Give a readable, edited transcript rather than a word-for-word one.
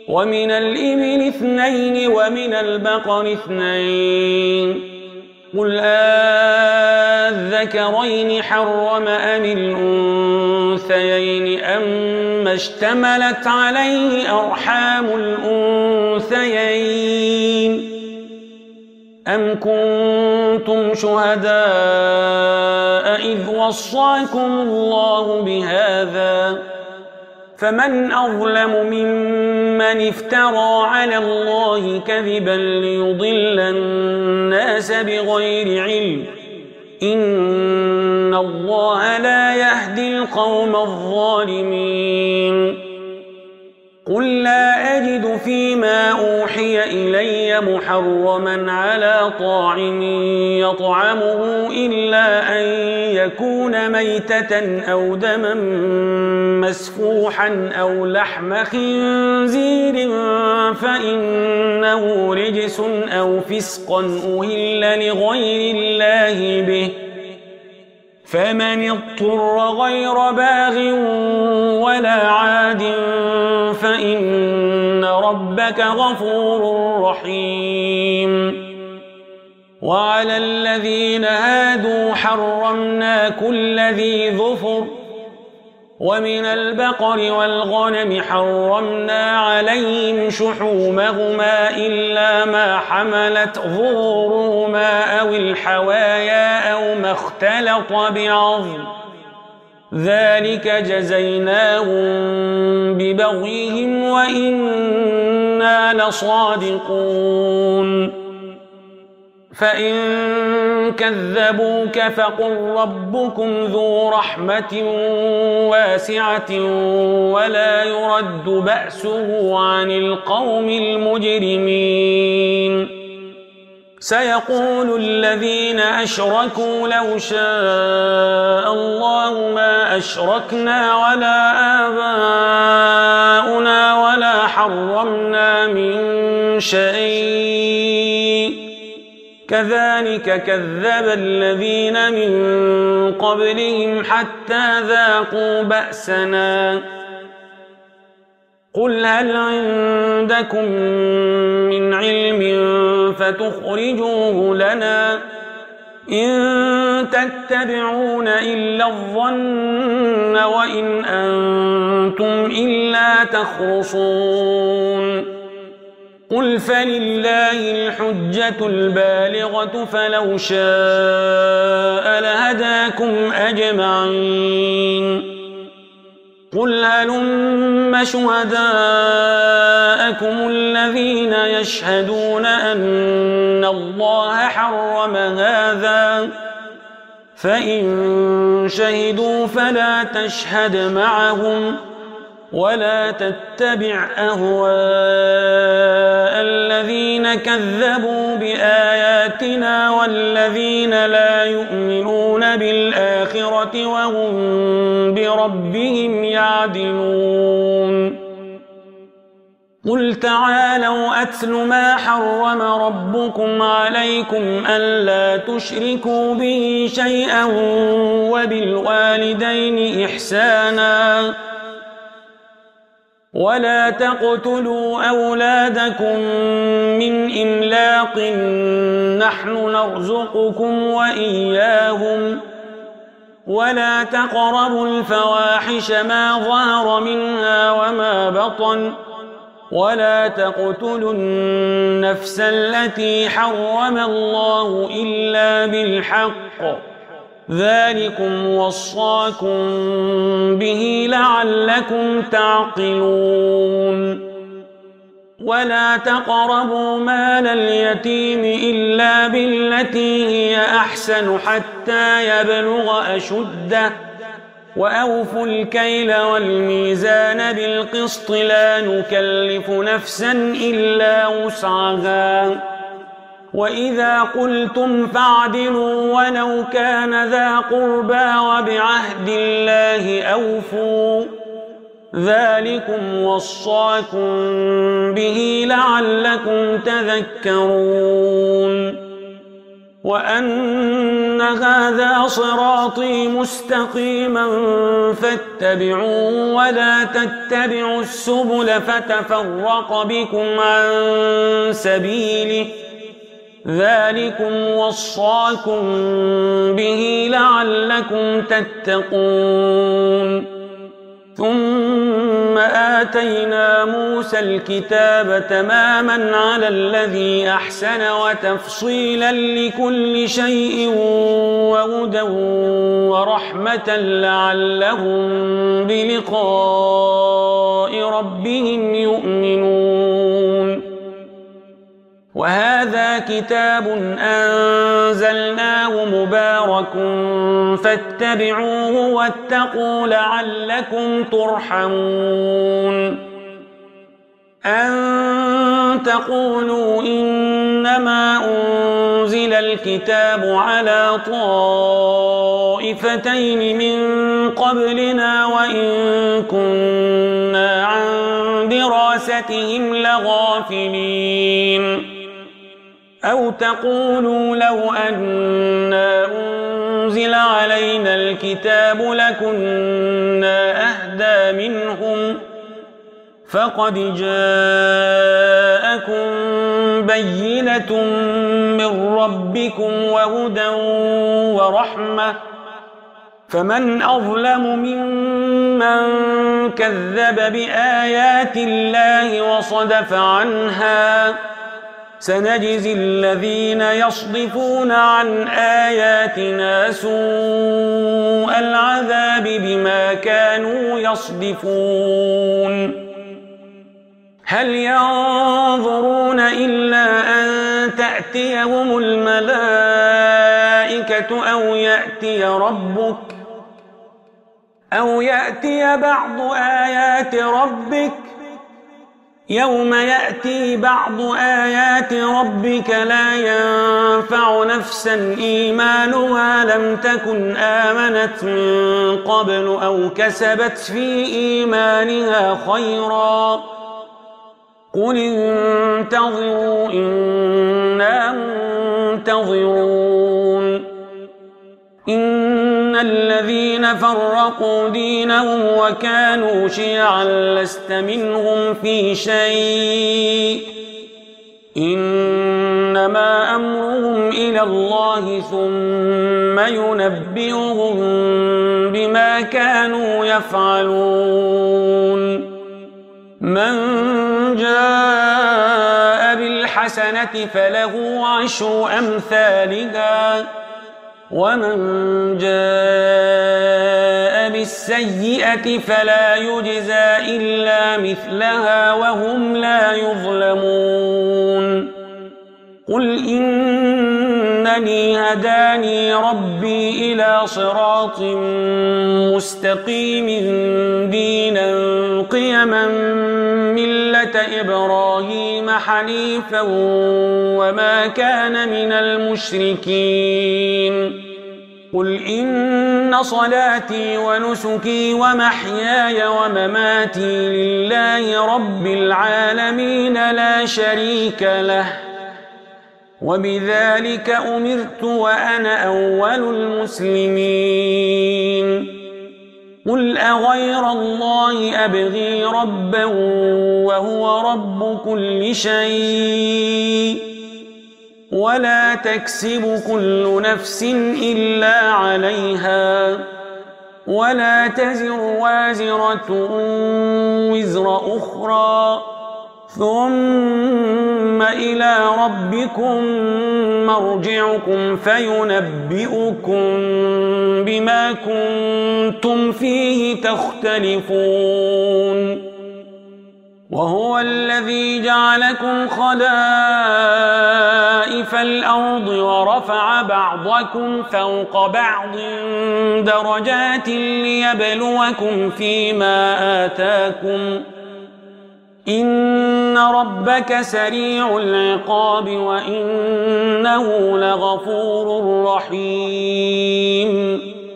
ومن الإبل 2 ومن البقر 2 قل أذكرين حرم أم الأنثيين أم اشتملت عليه أرحام الأنثيين أم كنتم شهداء إذ وصاكم الله بهذا فمن أظلم ممن افترى على الله كذبا ليضل الناس بغير علم إن الله لا يهدي القوم الظالمين قل لا أجد فيما أوحي إلي محرما على طاعم يطعمه إلا أن يكون ميتة أو دما مسفوحا أو لحم خنزير فإنه رجس أو فسقا أهل لغير الله به فمن اضطر غير باغ ولا عاد فإن ربك غفور رحيم وعلى الذين هادوا حرمنا كل ذي ظفر ومن البقر والغنم حرمنا عليهم شحومهما إلا ما حملت ظهورهما أو الحوايا أو ما اختلط بعظم ذلك جزيناهم ببغيهم وإنا لصادقون فإن كذبوك فقل ربكم ذو رحمة واسعة ولا يرد بأسه عن القوم المجرمين سيقول الذين أشركوا لو شاء الله ما أشركنا ولا آباؤنا ولا حرمنا من شيء كذلك كذب الذين من قبلهم حتى ذاقوا بأسنا قل هل عندكم من علم فتخرجوه لنا إن تتبعون إلا الظن وإن أنتم إلا تخرصون قل فلله الحجة البالغة فلو شاء لهداكم أجمعين قل هلم شهداءكم الذين يشهدون أن الله حرم هذا فإن شهدوا فلا تشهد معهم ولا تتبع أهواء الذين كذبوا بآياتنا والذين لا يؤمنون بالآخرة وهم بربهم يعدلون قل تعالوا أتل ما حرم ربكم عليكم ألا تشركوا به شيئا وبالوالدين إحسانا ولا تقتلوا أولادكم من إملاق نحن نرزقكم وإياهم ولا تقربوا الفواحش ما ظهر منها وما بطن ولا تقتلوا النفس التي حرم الله إلا بالحق ذلكم وصاكم به لعلكم تعقلون ولا تقربوا مال اليتيم إلا بالتي هي أحسن حتى يبلغ أشده وأوفوا الكيل والميزان بالقسط لا نكلف نفسا إلا وسعها وإذا قلتم فاعدلوا ولو كان ذا قربى وبعهد الله أوفوا ذلكم وصاكم به لعلكم تذكرون وأن هذا صراطي مستقيما فاتبعوه ولا تتبعوا السبل فتفرق بكم عن سبيله ذلكم وصاكم به لعلكم تتقون ثم آتينا موسى الكتاب تماما على الذي أحسن وتفصيلا لكل شيء وهدى ورحمة لعلهم بلقاء ربهم يؤمنون وهذا كتاب أنزلناه مبارك فاتبعوه واتقوا لعلكم ترحمون أن تقولوا إنما أنزل الكتاب على طائفتين من قبلنا وإن كنا عن دراستهم لغافلين أو تقولوا لو أنا أنزل علينا الكتاب لكنا أهدى منهم فقد جاءكم بينة من ربكم وهدى ورحمة فمن أظلم ممن كذب بآيات الله وصدف عنها سنجزي الذين يصدفون عن آياتنا سوء العذاب بما كانوا يصدفون هل ينظرون إلا أن تأتيهم الملائكة أو يأتي بعض آيات ربك يوم يأتي بعض آيات ربك لا ينفع نفسا إيمانها لم تكن آمنت من قبل أو كسبت في إيمانها خيرا قل انتظروا إنا منتظرون إن الذين فرقوا دينهم وكانوا شيعا لست منهم في شيء إنما أمرهم إلى الله ثم ينبئهم بما كانوا يفعلون من جاء بالحسنة فله 10 أمثالها ومن جاء بالسيئة فلا يجزى إلا مثلها وهم لا يظلمون قل إنني هداني ربي إلى صراط مستقيم دينا قيما ملة إبراهيم حنيفا وما كان من المشركين قل إن صلاتي ونسكي ومحياي ومماتي لله رب العالمين لا شريك له وبذلك أمرت وأنا أول المسلمين قل أغير الله أبغي ربا وهو رب كل شيء ولا تكسب كل نفس إلا عليها ولا تزر وازرة وزر أخرى ثم إلى ربكم مرجعكم فينبئكم بما كنتم فيه تختلفون وهو الذي جعلكم خلائف الأرض ورفع بعضكم فوق بعض درجات ليبلوكم فيما آتاكم إن ربك سريع العقاب وإنه لغفور رحيم